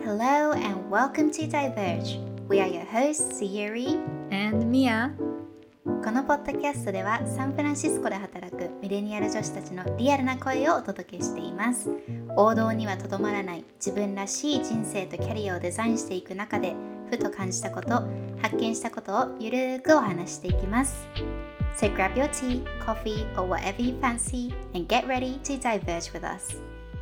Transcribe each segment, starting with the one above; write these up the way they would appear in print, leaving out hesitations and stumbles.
Hello and welcome to Diverge. We are your hosts, Sayuri and Mia。 このポッドキャストではサンフランシスコで働くミレニアル女子たちのリアルな声をお届けしています。王道にはとどまらない自分らしい人生とキャリアをデザインしていく中でふと感じたこと、発見したことをゆるーくお話していきます。So grab your tea, coffee or whatever you fancy and get ready to diverge with us.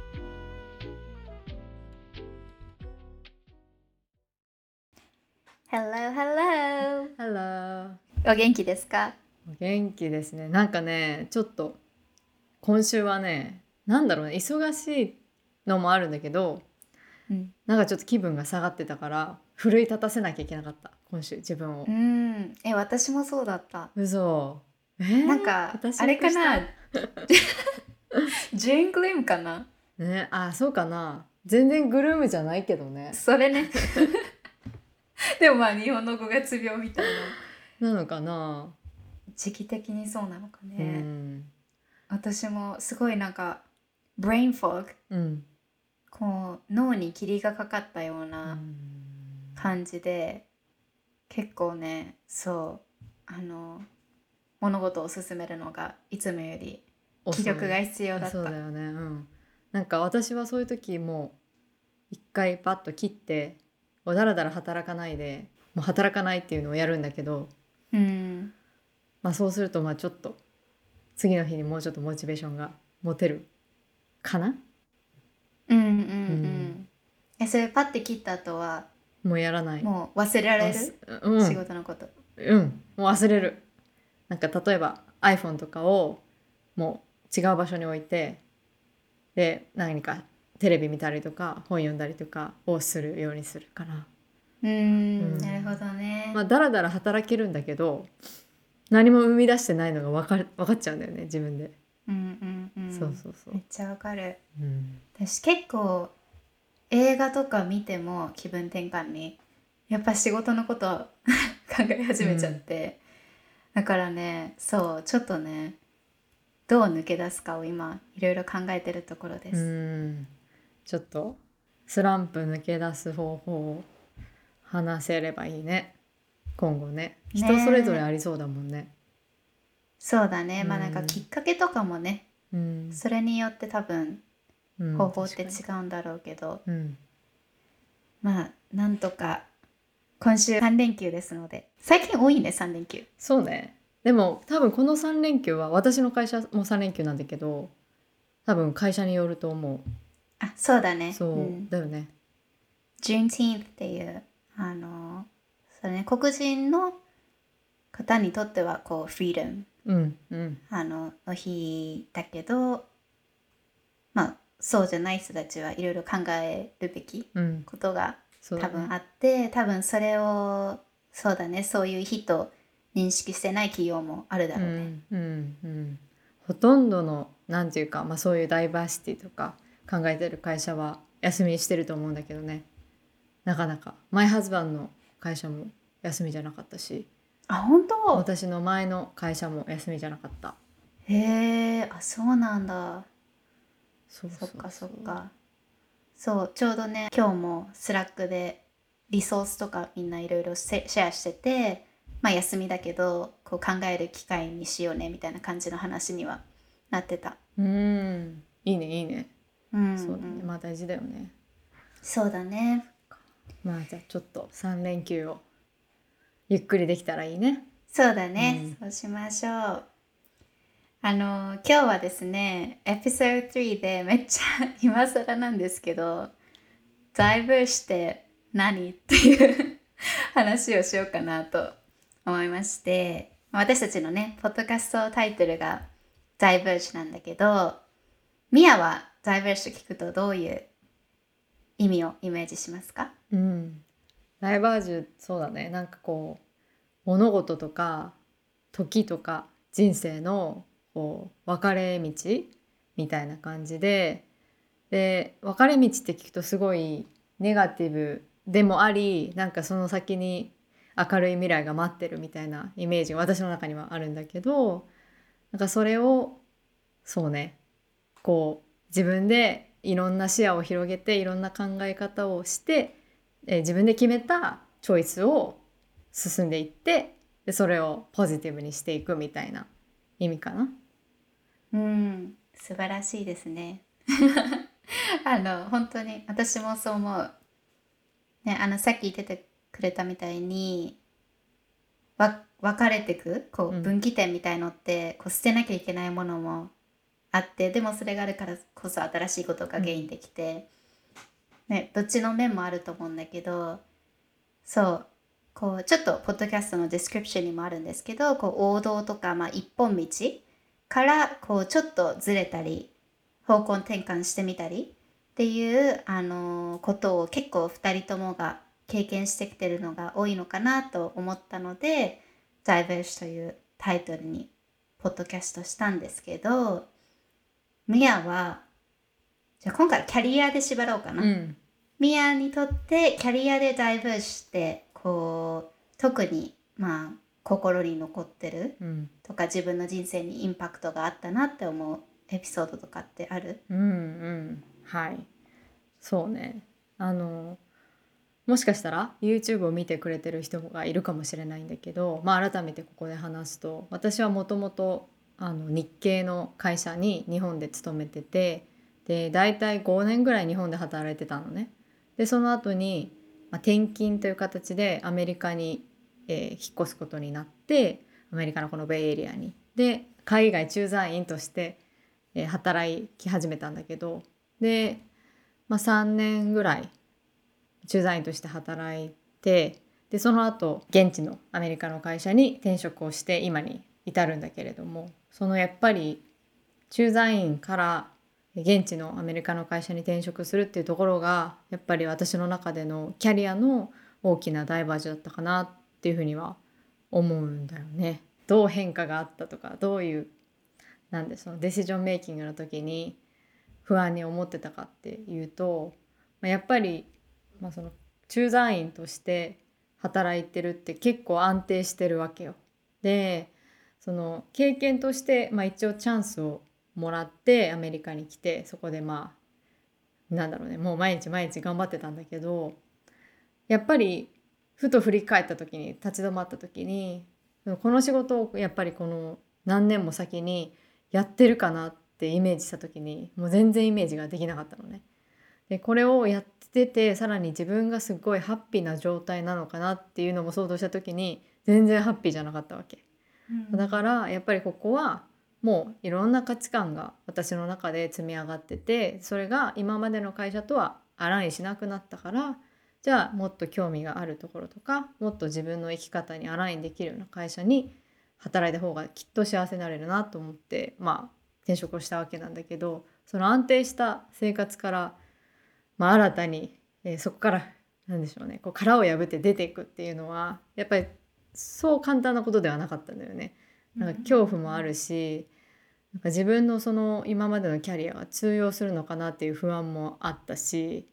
Hello, hello! Hello。 お元気ですか？ お元気ですね。なんかね、ちょっと今週はね、なんだろうね、忙しいのもあるんだけど、なんかちょっと気分が下がってたから奮い立たせなきゃいけなかった、今週自分を。 私もそうだった。 嘘。 なんかあれかなジーングリームかなね、そうかな。全然グルームじゃないけどね。 それねでもまあ日本の5月病みたいななのかな。 時期的にそうなのかね。私もすごいなんかブレインフォグ、こう脳に霧がかかったような感じで、結構ね、そう物事を進めるのがいつもより気力が必要だった。 そうだよね。なんか私はそういう時もう一回パッと切ってだらだら働かないで、もう働かないっていうのをやるんだけど、そうするとちょっと次の日にもうちょっとモチベーションが持てるかな。 それパッて切った後はもうやらない。 もう忘れられる、仕事のこと。 もう忘れる。なんか例えば iPhone とかをもう違う場所に置いて、で何かテレビ見たりとか本読んだりとかをするようにするから。 なるほどね。 だらだら働けるんだけど、何も生み出してないのが分かっちゃうんだよね、自分で。そうめっちゃわかる。私結構映画とか見ても気分転換にやっぱ仕事のことを考え始めちゃって、だからね、そうちょっとね、どう抜け出すかを今いろいろ考えてるところです。 ちょっとスランプ抜け出す方法を話せればいいね、今後ね。人それぞれありそうだもんね。 そうだね。なんかきっかけとかもね、それによって多分方法って違うんだろうけど、なんとか今週3連休ですので、最近多いね3連休。 そうね。でも多分この3連休は私の会社も3連休なんだけど、多分会社によると思う。 そうだね。 そうだよね。 Juneteenth っていうそれね、黒人の方にとってはこうフリーダム、の日だけど、そうじゃない人たちはいろいろ考えるべきことが多分あって、多分それをそうだね、そういう日と認識してない企業もあるだろうね。 ほとんどのなんていうか、そういうダイバーシティとか考えてる会社は休みにしてると思うんだけどね。なかなかマイハズバンの会社も休みじゃなかったし、 本当？ 私の前の会社も休みじゃなかった。 へえ、そうなんだ。そっか。そう、ちょうどね、今日もスラックでリソースとかみんないろいろシェアしてて、休みだけどこう考える機会にしようねみたいな感じの話にはなってた。 いいねいいね。そうだね、大事だよね。 そうだね。 じゃあちょっと3連休をゆっくりできたらいいね。 そうだね、そうしましょう。今日はですね、エピソード3でめっちゃ今更なんですけど、ダイバーシって何っていう話をしようかなと思いまして、私たちのね、ポッドキャストタイトルがダイバーシなんだけど、ミアはダイバーシと聞くとどういう意味をイメージしますか？ ダイバージ、そうだね。なんかこう物事とか時とか人生のこう分かれ道みたいな感じで、分かれ道って聞くとすごいネガティブでもあり、なんかその先に明るい未来が待ってるみたいなイメージが私の中にはあるんだけど、なんかそれをそうね、こう自分でいろんな視野を広げていろんな考え方をして、自分で決めたチョイスを進んでいって、でそれをポジティブにしていくみたいな意味かな。 素晴らしいですね。本当に私もそう思う。ね、さっき言っててくれたみたいに、分かれてく、こう、 うん分岐点みたいのって、こう、捨てなきゃいけないものもあって、でもそれがあるからこそ新しいことがゲインできて、ね、どっちの面もあると思うんだけど、そう、こう、ちょっと、ポッドキャストのディスクリプションにもあるんですけど、こう、王道とか、まあ、一本道から、こう、ちょっとずれたり、方向転換してみたりっていう、ことを結構二人ともが経験してきてるのが多いのかなと思ったので、Diverse というタイトルにポッドキャストしたんですけど、ミアは、じゃあ今回キャリアで縛ろうかな。 うんミアにとってキャリアでダイバーシってこう特にまあ心に残ってるうんとか自分の人生にインパクトがあったなって思うエピソードとかってある？ うんうんはい、そうね。もしかしたら YouTube を見てくれてる人がいるかもしれないんだけど、まあ、改めてここで話すと、私はもともと日系の会社に日本で勤めてて、で大体5年ぐらい日本で働いてたのね。でその後に、転勤という形でアメリカに、引っ越すことになって、アメリカのこのベイエリアにで海外駐在員として、働き始めたんだけど、で、3年ぐらい駐在員として働いて、でその後現地のアメリカの会社に転職をして今に至るんだけれども、そのやっぱり駐在員から現地のアメリカの会社に転職するっていうところがやっぱり私の中でのキャリアの大きなダイバージョンだったかなっていうふうには思うんだよね。どう変化があったとか、どういうそのディシジョンメイキングの時に不安に思ってたかっていうと、やっぱり、その駐在員として働いてるって結構安定してるわけよ。でその経験として、一応チャンスをもらってアメリカに来て、そこでもう毎日毎日頑張ってたんだけど、やっぱりふと振り返った時に立ち止まった時に、この仕事をやっぱりこの何年も先にやってるかなってイメージした時にもう全然イメージができなかったのね。でこれをやっててさらに自分がすごいハッピーな状態なのかなっていうのも想像した時に全然ハッピーじゃなかったわけ。だからやっぱりここはもういろんな価値観が私の中で積み上がってて、それが今までの会社とはアラインしなくなったから、じゃあもっと興味があるところとかもっと自分の生き方にアラインできるような会社に働いた方がきっと幸せになれるなと思って、転職をしたわけなんだけど、その安定した生活から、新たに、そこからなんでしょうね、こう殻を破って出ていくっていうのはやっぱりそう簡単なことではなかったんだよね。なんか恐怖もあるし、なんか自分のその今までのキャリアが通用するのかなっていう不安もあったし、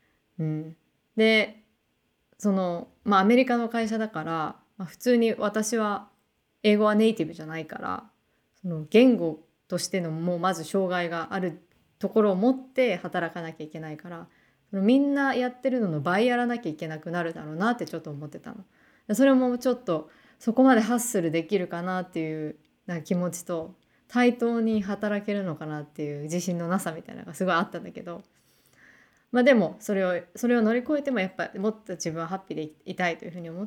でアメリカの会社だから、普通に私は英語はネイティブじゃないから、その言語としてのもうまず障害があるところを持って働かなきゃいけないから、そのみんなやってるのの倍やらなきゃいけなくなるだろうなってちょっと思ってたの。それもちょっとそこまでハッスルできるかなっていう気持ちと、対等に働けるのかなっていう自信のなさみたいなのがすごいあったんだけど、でもそれを乗り越えてもやっぱもっと自分はハッピーでいたいというふうに思って、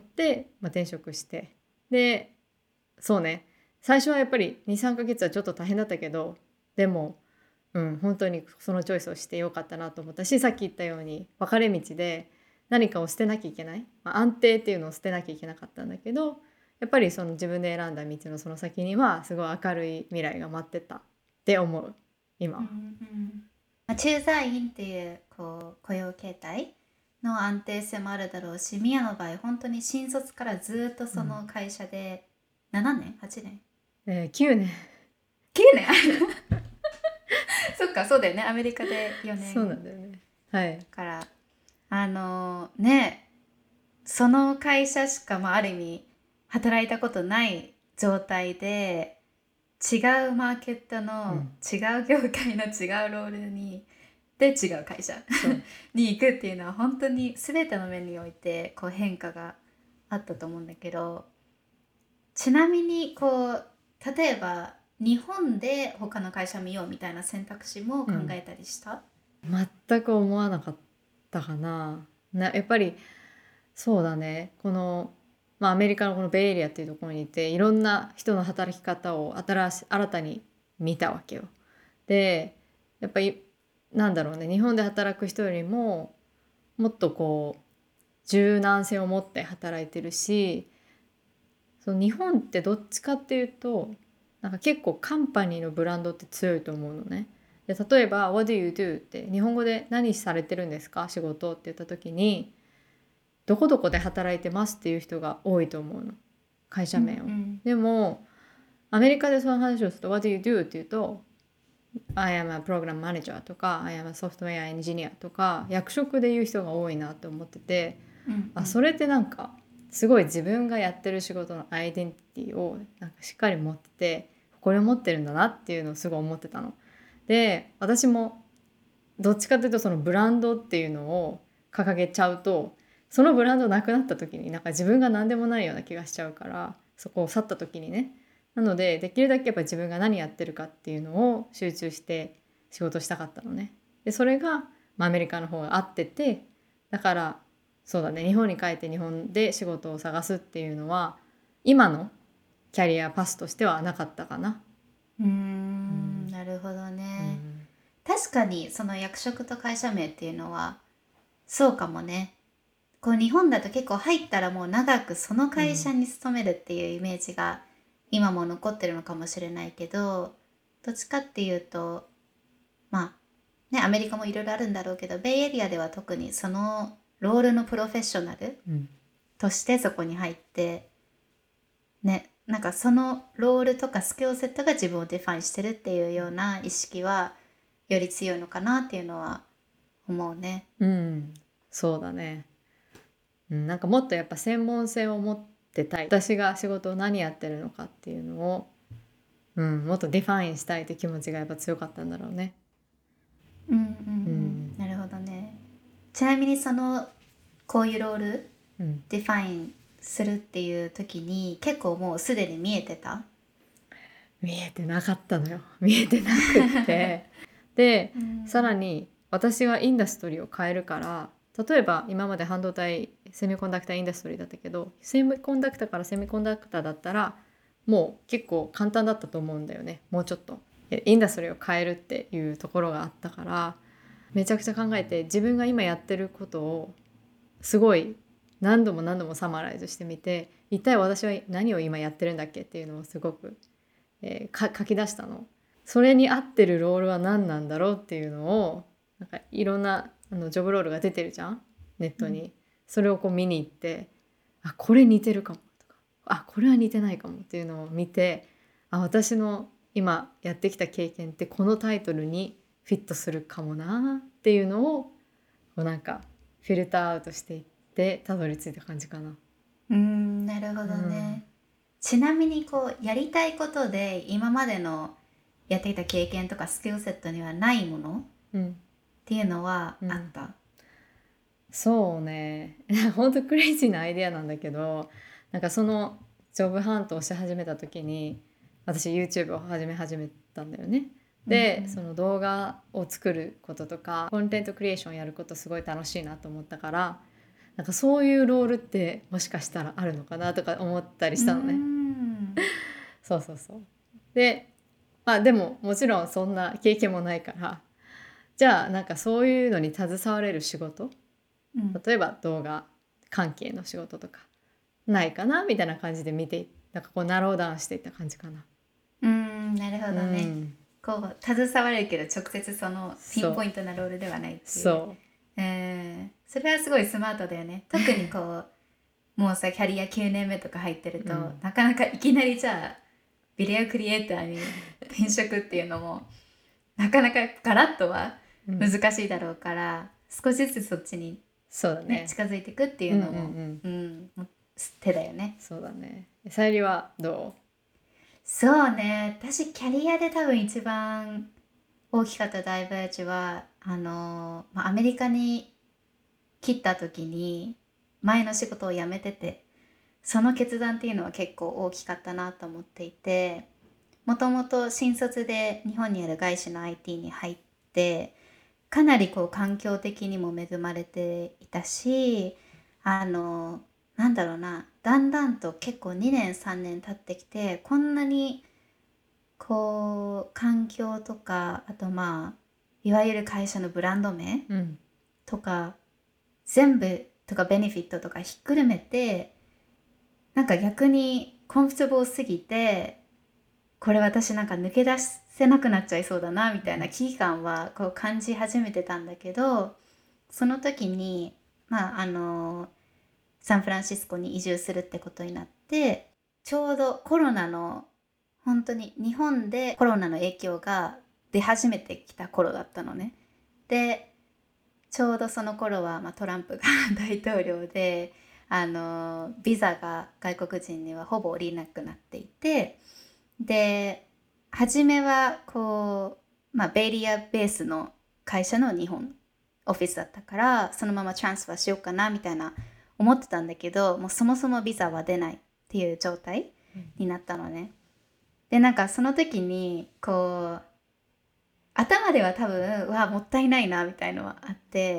転職して、でそうね、最初はやっぱり 2,3 ヶ月はちょっと大変だったけど、でも本当にそのチョイスをしてよかったなと思ったし、さっき言ったように分かれ道で何かを捨てなきゃいけない、安定っていうのを捨てなきゃいけなかったんだけど、やっぱりその自分で選んだ道のその先にはすごい明るい未来が待ってたって思う今は。 駐在員っていうこう雇用形態の安定性もあるだろうし、ミヤの場合本当に新卒からずっとその会社で7年8年 9年 9年そっか、そうだよね、アメリカで4年そうなんだよね。はい。 からね、その会社しか、ある意味働いたことない状態で違うマーケットの、違う業界の違うロールにで違う会社そうに行くっていうのは本当に全ての面においてこう変化があったと思うんだけど、ちなみにこう例えば日本で他の会社見ようみたいな選択肢も考えたりした？ 全く思わなかったかな。やっぱりそうだね。アメリカのこのベイエリアっていうところにいていろんな人の働き方を新たに見たわけよ。でやっぱりなんだろうね、日本で働く人よりももっとこう柔軟性を持って働いてるし、その日本ってどっちかっていうとなんか結構カンパニーのブランドって強いと思うのね。で例えば「What do you do?」って日本語で「何されてるんですか仕事」って言った時にどこどこで働いてますっていう人が多いと思うの、会社名を。でもアメリカでその話をすると「What do you do?」って言うと「I am a program manager」とか「I am a software engineer」とか役職で言う人が多いなって思ってて、それってなんかすごい自分がやってる仕事のアイデンティティをなんかしっかり持っててこれを持ってるんだなっていうのをすごい思ってたの。で私もどっちかというとそのブランドっていうのを掲げちゃうとそのブランドなくなった時になんか自分が何でもないような気がしちゃうから、そこを去った時にね。なのでできるだけやっぱ自分が何やってるかっていうのを集中して仕事したかったのね。でそれが、アメリカの方が合ってて、だからそうだね、日本に帰って日本で仕事を探すっていうのは今のキャリアパスとしてはなかったかな。 なるほどうね。 ん確かにその役職と会社名っていうのはそうかもね。こう日本だと結構入ったらもう長くその会社に勤めるっていうイメージが今も残ってるのかもしれないけど、どっちかっていうとまあね、アメリカもいろいろあるんだろうけど、ベイエリアでは特にそのロールのプロフェッショナルうんとしてそこに入ってね、なんかそのロールとかスキルセットが自分をディファインしてるっていうような意識はより強いのかなっていうのは思うね。 そうだね。なんかもっとやっぱ専門性を持ってたい、私が仕事を何やってるのかっていうのを、もっとディファインしたいという気持ちがやっぱ強かったんだろうね。 なるほどね。ちなみにそのこういうロールディファインするっていう時に結構もうすでに見えてた？ 見えてなかったのよ。見えてなくってでさらに私はインダストリーを変えるから、例えば今まで半導体セミコンダクターインダストリーだったけど、セミコンダクターからセミコンダクターだったらもう結構簡単だったと思うんだよね。もうちょっとインダストリーを変えるっていうところがあったから、めちゃくちゃ考えて自分が今やってることをすごい何度も何度もサマライズしてみて、一体私は何を今やってるんだっけっていうのをすごく、書き出したの。それに合ってるロールは何なんだろうっていうのをなんかいろんなジョブロールが出てるじゃん、ネットに。それをこう見に行って、これ似てるかもとか、これは似てないかもっていうのを見て、私の今やってきた経験ってこのタイトルにフィットするかもなっていうのをこうなんかフィルターアウトしていってたどり着いた感じかな。 なるほどね。ちなみにこうやりたいことで今までのやっていた経験とかスキルセットにはないものっていうのはあった？ そうねほんとクレイジーなアイデアなんだけど、なんかそのジョブハントをし始めた時に私 YouTube を始めたんだよね。で、その動画を作ることとかコンテンツクリエーションやることすごい楽しいなと思ったから、なんかそういうロールってもしかしたらあるのかなとか思ったりしたのね。そうそうそう。ででももちろんそんな経験もないから、じゃあなんかそういうのに携われる仕事、例えば動画関係の仕事とかないかなみたいな感じで見て、なんかこうナローダウンしていった感じかな。 なるほどね。こう携われるけど直接そのピンポイントなロールではないっていう。 そうそれはすごいスマートだよね。特にこうもうさキャリア9年目とか入ってると、なかなかいきなりじゃあビデオクリエイターに転職っていうのもなかなかガラッとは難しいだろうから、少しずつそっちに、 そうだね近づいていくっていうのも、手だよね。 そうだね。さゆりはどそうね、私キャリアで多分一番大きかったダイバージはアメリカに来た時に前の仕事を辞めてて、その決断っていうのは結構大きかったなと思っていて、もともと新卒で日本にある外資の IT に入って、かなりこう環境的にも恵まれていたし、なんだろうな、だんだんと結構2年3年経ってきて、こんなにこう環境とか、あといわゆる会社のブランド名うんとか全部とかベネフィットとかひっくるめて、なんか逆にコンフォータブルすぎて、これ私なんか抜け出せなくなっちゃいそうだなみたいな危機感はこう感じ始めてたんだけど、その時にサンフランシスコに移住するってことになって、ちょうどコロナの、本当に日本でコロナの影響が出始めてきた頃だったのね。でちょうどその頃は、トランプが大統領で、ビザが外国人にはほぼ下りなくなっていて、で初めはこう、ベイリアベースの会社の日本オフィスだったから、そのままトランスファーしようかなみたいな思ってたんだけど、もうそもそもビザは出ないっていう状態になったのね。でなんかその時にこう頭では多分もったいないなみたいのはあって、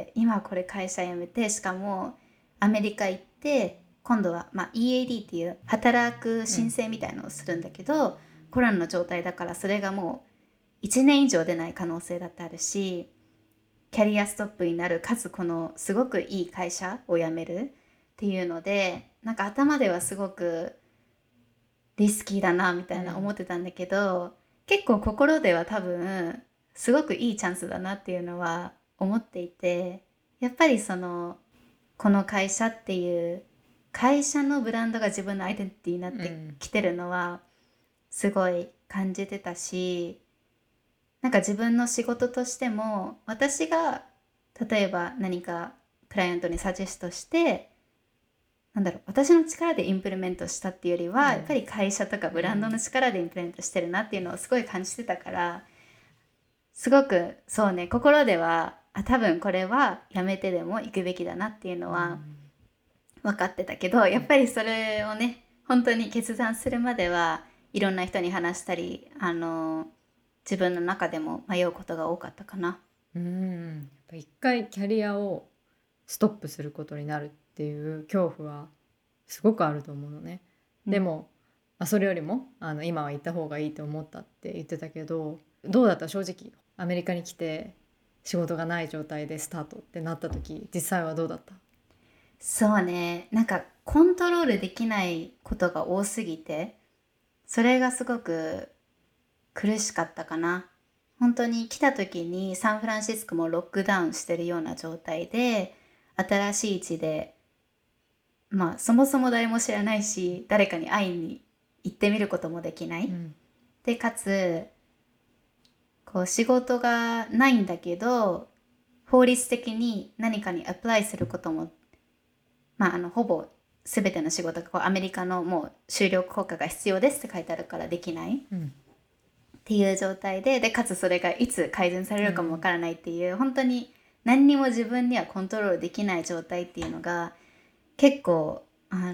今はこれ会社辞めて、しかもアメリカ行って今度は、EAD っていう働く申請みたいのをするんだけど、コロナの状態だからそれがもう1年以上出ない可能性だってあるし、キャリアストップになる、かつこのすごくいい会社を辞めるっていうので、なんか頭ではすごくリスキーだなみたいな思ってたんだけど、結構心では多分すごくいいチャンスだなっていうのは思っていて、やっぱりこの会社っていう会社のブランドが自分のアイデンティティになってきてるのはすごい感じてたし、なんか自分の仕事としても、私が例えば何かクライアントにサジェストして、私の力でインプリメントしたっていうよりは、やっぱり会社とかブランドの力でインプリメントしてるなっていうのをすごい感じてたから、すごくそうね、心では多分これはやめてでも行くべきだなっていうのは分かってたけど、やっぱりそれをね本当に決断するまではいろんな人に話したり、自分の中でも迷うことが多かったかな。 やっぱ一回キャリアをストップすることになるっていう恐怖はすごくあると思うのね。でも、それよりも今は行った方がいいと思ったって言ってたけど、どうだった？正直アメリカに来て仕事がない状態でスタートってなった時、実際はどうだった？ そうね、なんかコントロールできないことが多すぎて、それがすごく苦しかったかな。本当に来た時にサンフランシスコもロックダウンしてるような状態で、新しい地で、そもそも誰も知らないし、誰かに会いに行ってみることもできない。でかつこう仕事がないんだけど、法律的に何かにアプライすることも、ほぼ全ての仕事がこうアメリカのもう就労効果が必要ですって書いてあるからできないっていう状態で、かつそれがいつ改善されるかもわからないっていう、本当に何にも自分にはコントロールできない状態っていうのが結構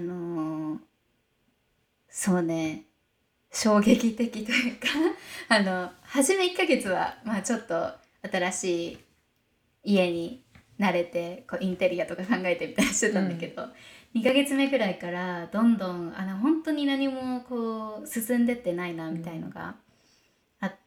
そうね、衝撃的というか初め1ヶ月はちょっと新しい家に慣れてこうインテリアとか考えてみたりしてたんだけど、2ヶ月目くらいからどんどん本当に何もこう進んでってないなみたいのがあって、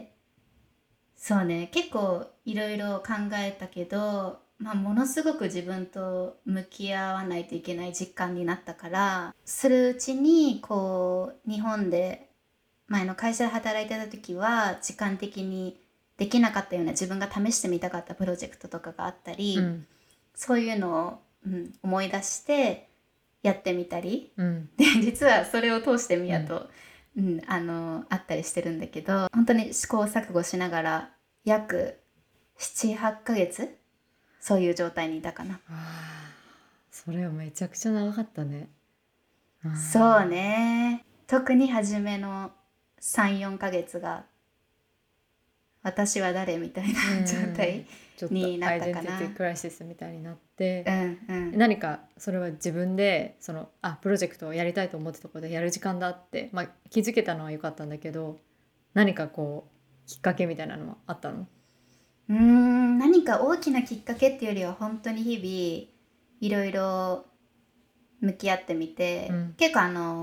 そうね、結構いろいろ考えたけど、ものすごく自分と向き合わないといけない実感になったから、するうちにこう日本で前の会社で働いてた時は時間的にできなかったような自分が試してみたかったプロジェクトとかがあったり、そういうのを、思い出してやってみたり、で実はそれを通してみやと、あったりしてるんだけど、本当に試行錯誤しながら約7、8ヶ月そういう状態にいたかな。 それはめちゃくちゃ長かったね。 そうね、特に初めの3、4ヶ月が私は誰みたいな状態ちょっとになアイったかな。 デンティティクライシスみたいになって、 うん何かそれは自分でプロジェクトをやりたいと思ってたことでやる時間だって、気づけたのは良かったんだけど、何かこうきっかけみたいなのはあったの？ 何か大きなきっかけっていうよりは本当に日々いろいろ向き合ってみて、結構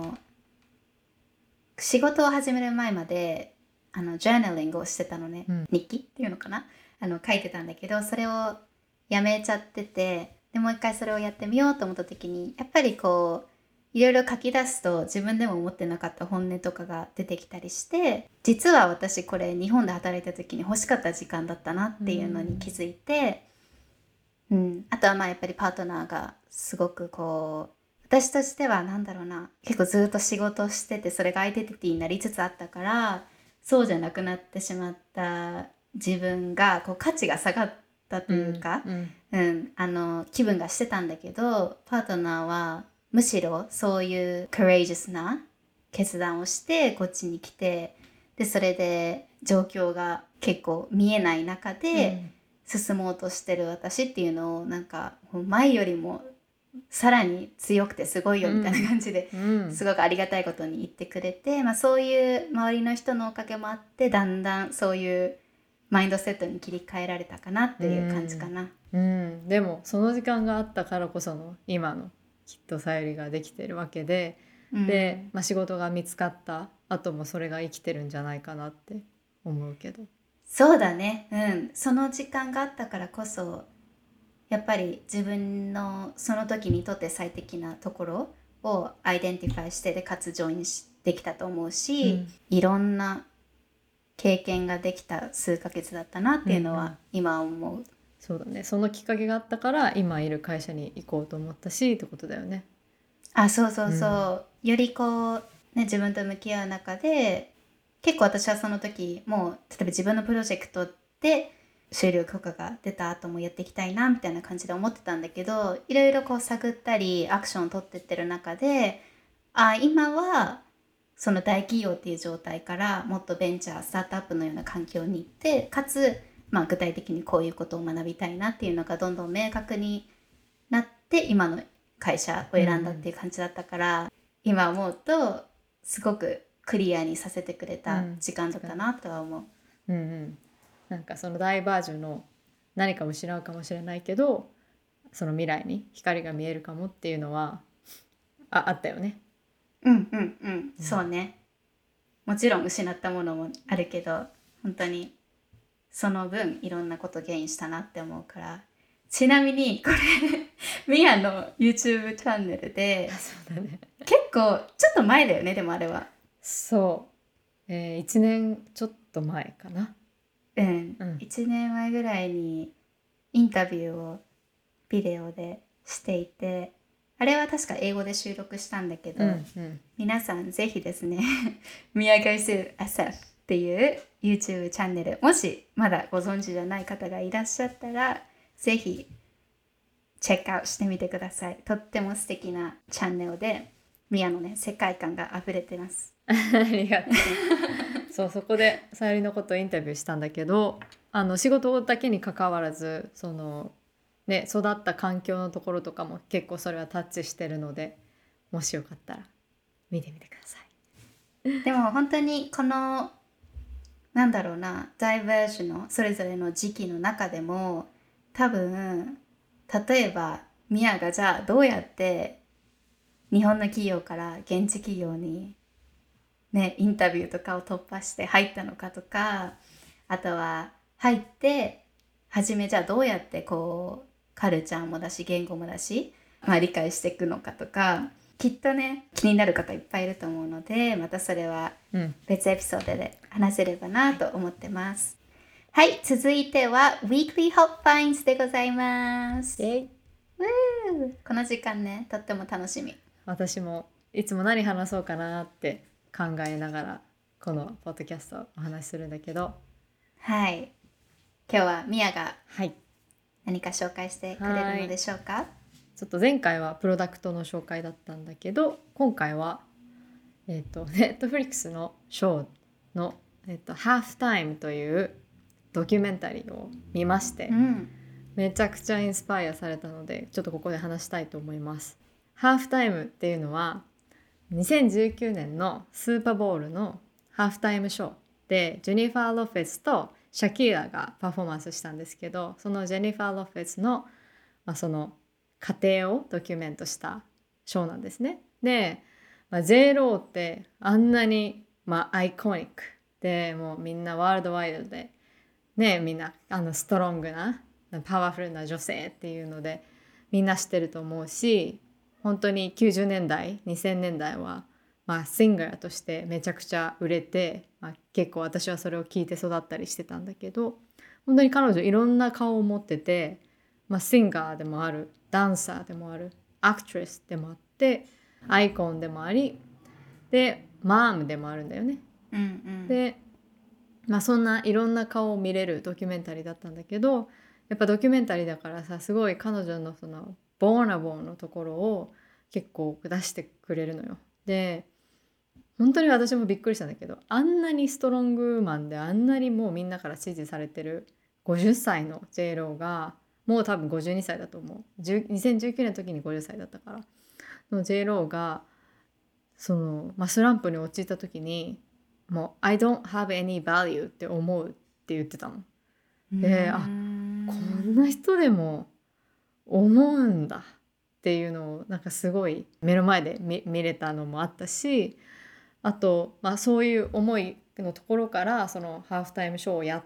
仕事を始める前までジャーナリングをしてたのね、日記っていうのかな、書いてたんだけど、それをやめちゃってて、でもう一回それをやってみようと思った時に、やっぱりこういろいろ書き出すと自分でも思ってなかった本音とかが出てきたりして、実は私これ日本で働いた時に欲しかった時間だったなっていうのに気づいて、あとはやっぱりパートナーがすごくこう、私としては結構ずっと仕事をしてて、それがアイデンティティになりつつあったから、そうじゃなくなってしまった自分がこう価値が下がったというか、気分がしてたんだけど、パートナーはむしろそういうコレイジャスな決断をしてこっちに来て、でそれで状況が結構見えない中で進もうとしてる私っていうのを前よりもさらに強くてすごいよみたいな感じで、すごくありがたいことに言ってくれて、そういう周りの人のおかげもあって、だんだんそういうマインドセットに切り替えられたかなっていう感じかな。 でもその時間があったからこその今のきっとさゆりができてるわけで、で、仕事が見つかった後もそれが生きてるんじゃないかなって思うけど。 そうだね、その時間があったからこそやっぱり自分のその時にとって最適なところをアイデンティファイして、でかつジョインできたと思うし、いろんな経験ができた数ヶ月だったなっていうのは今思う。 そうだね、そのきっかけがあったから今いる会社に行こうと思ったしってことだよね。 そうそうそう、よりこうね、自分と向き合う中で、結構私はその時もう例えば自分のプロジェクトで終了許可が出た後もやっていきたいなみたいな感じで思ってたんだけど、いろいろこう探ったりアクションを取ってってる中で、今はその大企業っていう状態からもっとベンチャースタートアップのような環境に行って、かつ具体的にこういうことを学びたいなっていうのがどんどん明確になって今の会社を選んだっていう感じだったから、今思うとすごくクリアにさせてくれた時間だったなとは思う。 なんかそのダイバージョンの何かを失うかもしれないけど、その未来に光が見えるかもっていうのはあったよね。 そうね。もちろん失ったものもあるけど、本当にその分いろんなことゲインしたなって思うから。ちなみにこれミヤの YouTube チャンネルでそうだね、 結構ちょっと前だよね、でもあれは。 そう、1年ちょっと前かな。 1年前ぐらいにインタビューをビデオでしていて、あれは確か英語で収録したんだけど、皆さんぜひですね宮川市朝っていう YouTube チャンネル、もしまだご存知じゃない方がいらっしゃったらぜひチェックアウトしてみてください。とっても素敵なチャンネルで、宮のね世界観が溢れてますありがとうそこでさゆりのことをインタビューしたんだけど、仕事だけに関わらず育った環境のところとかも結構それはタッチしてるので、もしよかったら見てみてください。 でも本当にこのダイバージョンのそれぞれの時期の中でも、多分例えばミヤがじゃあどうやって日本の企業から現地企業にねインタビューとかを突破して入ったのかとか、あとは入って初めじゃあどうやってこうカルチャーもだし言語もだし、理解していくのかとか、きっとね気になる方いっぱいいると思うので、またそれは別エピソードで話せればなと思ってます。はい、続いては Weekly Hot Finds でございます。この時間ねとっても楽しみ。 私もいつも何話そうかなって考えながらこのポッドキャストをお話しするんだけど、 はい、今日はミヤがはい何か紹介してくれるのでしょうか。 ちょっと前回はプロダクトの紹介だったんだけど、今回はNetflix のショーの、ハーフタイムというドキュメンタリーを見まして、 うん、 めちゃくちゃインスパイアされたのでちょっとここで話したいと思います。ハーフタイムっていうのは2019年のスーパーボウルのハーフタイムショーでジェニファー・ロペスとシャキーラがパフォーマンスしたんですけど、そのジェニファー・ロペスの、その過程をドキュメントしたショーなんですね。で、J ローってあんなに、アイコニックでもうみんなワールドワイドでね、みんなストロングなパワフルな女性っていうのでみんな知ってると思うし、本当に90年代2000年代は、シンガーとしてめちゃくちゃ売れて、結構私はそれを聞いて育ったりしてたんだけど、本当に彼女いろんな顔を持ってて、シンガーでもある、ダンサーでもある、アクトレスでもあって、アイコンでもありでマームでもあるんだよね。 うんうん、 でそんないろんな顔を見れるドキュメンタリーだったんだけど、やっぱドキュメンタリーだからさ、すごい彼女のそのボーナボーのところを結構出してくれるのよ。で本当に私もびっくりしたんだけど、あんなにストロングマンであんなにもうみんなから支持されてる50歳の J ローがもう多分52歳だと思う。2019年の時に50歳だったからの J ローがその、スランプに陥った時にもう I don't have any value って思うって言ってたの。で、こんな人でも思うんだっていうのをなんかすごい目の前で見れたのもあったし、あと、そういう思いのところからそのハーフタイムショーをやって、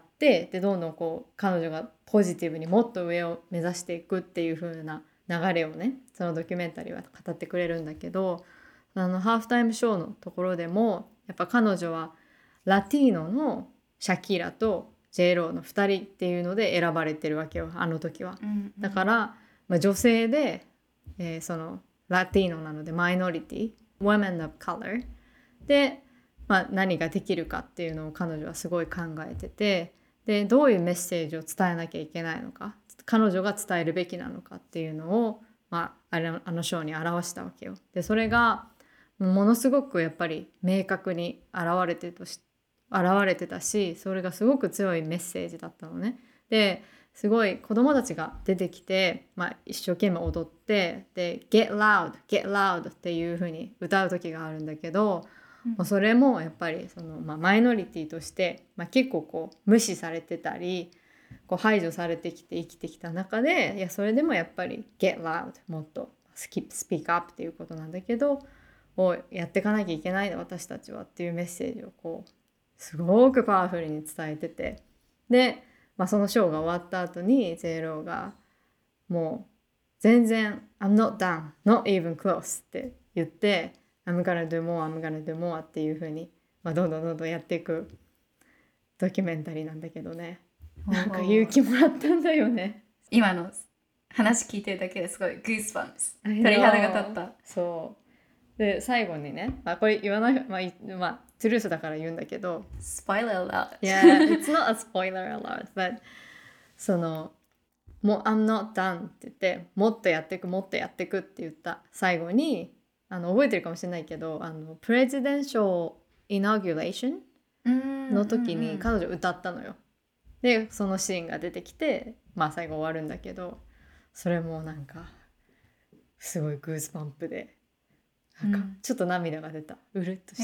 でどんどんこう彼女がポジティブにもっと上を目指していくっていう風な流れをね、そのドキュメンタリーは語ってくれるんだけど、ハーフタイムショーのところでもやっぱ彼女はラティーノのシャキーラと J ローの2人っていうので選ばれてるわけよ、あの時は。だから、女性で、そのラティーノなのでマイノリティ Women of Color で、何ができるかっていうのを彼女はすごい考えてて、でどういうメッセージを伝えなきゃいけないのか、彼女が伝えるべきなのかっていうのを、あのショーに表したわけよ。でそれがものすごくやっぱり明確に現れてたし、それがすごく強いメッセージだったのね。ですごい子供たちが出てきて、一生懸命踊ってで Get loud, get loud っていう風に歌う時があるんだけど、それもやっぱりその、マイノリティとして、結構こう無視されてたりこう排除されてきて生きてきた中で、いやそれでもやっぱり Get loud もっとspeak up っていうことなんだけどをやっていかなきゃいけないの私たちはっていうメッセージをこうすごくパワフルに伝えてて、で、そのショーが終わった後に J ローがもう全然 I'm not done, not even close って言って I'm gonna do more, I'm gonna do more っていう風に、どんどんどんどんやっていくドキュメンタリーなんだけどね、なんか勇気もらったんだよね。 今の話聞いてるだけですごいグースバンス、 I know 鳥肌が立った。 そうで最後にね、これ言わない、トゥルースだから言うんだけど、 Spoiler alert. Yeah, it's not a spoiler alert, but そのもう I'm not done って言ってもっとやっていくもっとやっていくって言った最後に覚えてるかもしれないけどプレジデンシャルイナグレーションの時に彼女歌ったのよ。でそのシーンが出てきて最後終わるんだけど、それもなんかすごいグースパンプでなんかちょっと涙が出た、うるっとした、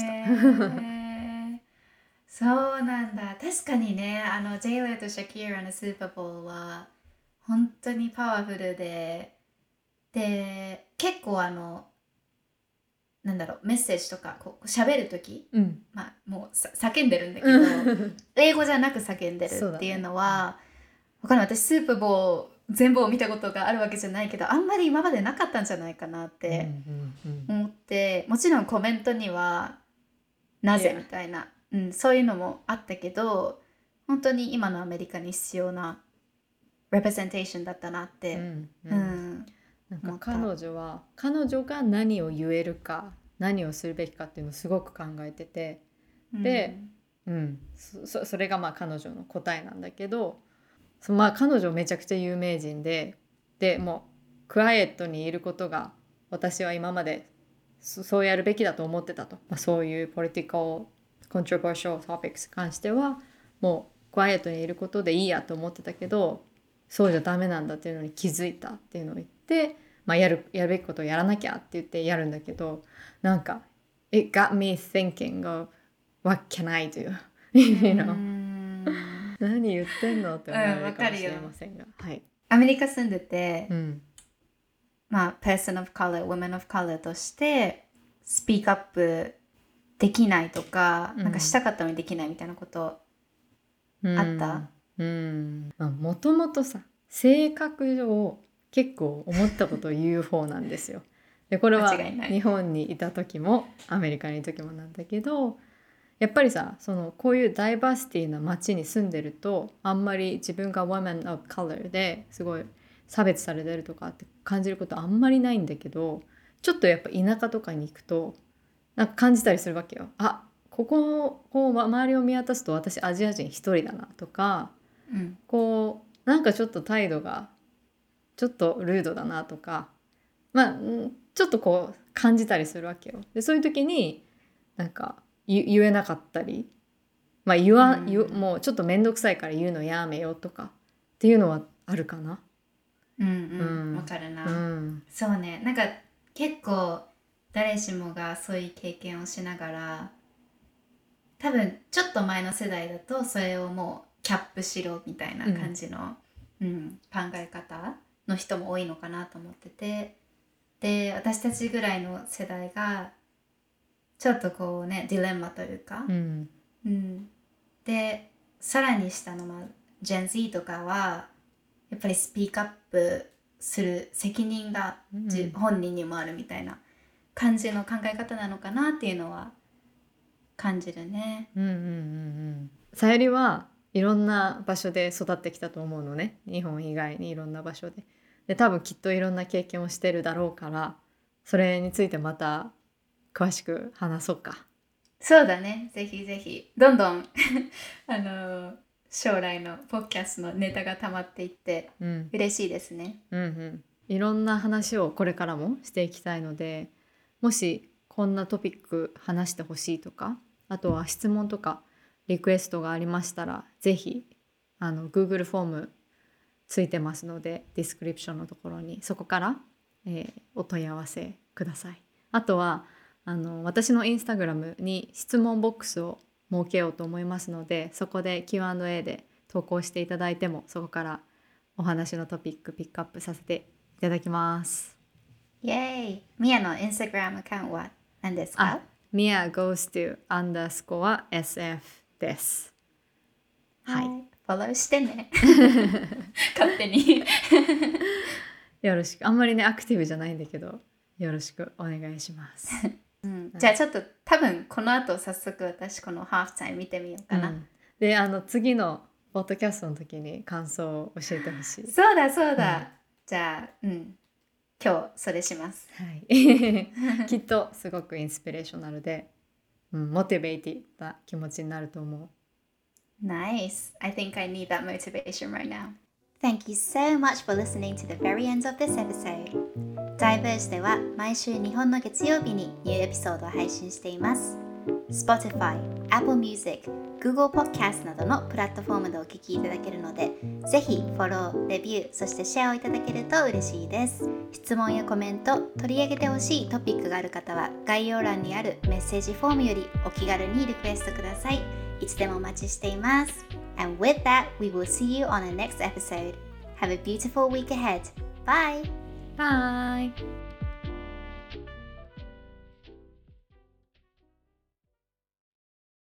そうなんだ。確かにね、ジェイラとシャキーラのスーパーボールは本当にパワフルで、結構なんだろう、メッセージとかこう喋るとき、もう叫んでるんだけど英語じゃなく叫んでるっていうのは、わかんない、私スーパーボール全部を見たことがあるわけじゃないけど、あんまり今までなかったんじゃないかなって思って、もちろんコメントにはなぜみたいな、そういうのもあったけど、本当に今のアメリカに必要なレプレゼンテーションだったなって、 なんか彼女が何を言えるか何をするべきかっていうのをすごく考えてて、で、それが彼女の答えなんだけど、彼女めちゃくちゃ有名人でもうクワイエットにいることが私は今までそうやるべきだと思ってたと、そういうポリティカルコントロバーシャルトピックスに関してはもクワイエットにいることでいいやと思ってたけど、そうじゃダメなんだっていうのに気づいたっていうのを言って、やるべきことをやらなきゃって言ってやるんだけど、なんか It got me thinking of what can I do? you know? 何言ってんのって思われるかもしれませんが、はい。 アメリカ住んでて、 まあ person of color, women of color としてスピークアップできないとか、なんかしたかったのにできないみたいなことあった？ もともとさ、性格上結構思ったことを言う方なんですよ。でこれは日本にいた時もアメリカにいた時もなんだけど、やっぱりさ、こういうダイバーシティな街に住んでると、あんまり自分が woman of color ですごい差別されてるとかって感じることあんまりないんだけど、ちょっとやっぱ田舎とかに行くとなんか感じたりするわけよ。こう周りを見渡すと私アジア人一人だなとか、こうなんかちょっと態度がちょっとルードだなとか、ちょっとこう感じたりするわけよ。でそういう時になんか言えなかったり、もうちょっと面倒くさいから言うのやめようとかっていうのはあるかな。 わかるな、そうね、なんか結構誰しもがそういう経験をしながら、多分ちょっと前の世代だとそれをもうキャップしろみたいな感じの、考え方の人も多いのかなと思ってて、で私たちぐらいの世代がちょっとこうねディレンマというか、でさらに下の、ジェン Z とかはやっぱりスピークアップする責任が本人にもあるみたいな感じの考え方なのかなっていうのは感じるね。 さゆりはいろんな場所で育ってきたと思うのね。日本以外にいろんな場所で多分きっといろんな経験をしてるだろうから、それについてまた詳しく話そうか。 そうだね、ぜひぜひどんどん将来のポッドキャストのネタが溜まっていって、嬉しいですね。 いろんな話をこれからもしていきたいので、もしこんなトピック話してほしいとか、あとは質問とかリクエストがありましたら、ぜひGoogle フォームついてますので、ディスクリプションのところにそこから、お問い合わせください。あとは私のインスタグラムに質問ボックスを設けようと思いますので、そこで Q&A で投稿していただいても、そこからお話のトピックピックアップさせていただきます。 イエーイ。ミヤのインスタグラムアカウントは何ですか？ ミヤ goes to _SF です。 はい。フォローしてね。勝手に。 よろしく。あんまりねアクティブじゃないんだけど、よろしくお願いします。 じゃあちょっと多分この後早速私このハーフタイム見てみようかな。 で次のポッドキャストの時に感想を教えてほしい。 そうだ、じゃあ今日それします。 きっとすごくインスピレーショナルで、モチベーティな気持ちになると思う。Nice. I think I need that motivation right now. Thank you so much for listening to the very end of this episode. Diverge では毎週日本の月曜日にニューエピソードを配信しています。Spotify、Apple Music、Google Podcast などのプラットフォームでお聞きいただけるので、ぜひフォロー、レビュー、そしてシェアをいただけると嬉しいです。質問やコメント、取り上げてほしいトピックがある方は概要欄にあるメッセージフォームよりお気軽にリクエストください。いつでもお待ちしています。And with that, we will see you on the next episode. Have a beautiful week ahead. Bye! Bye!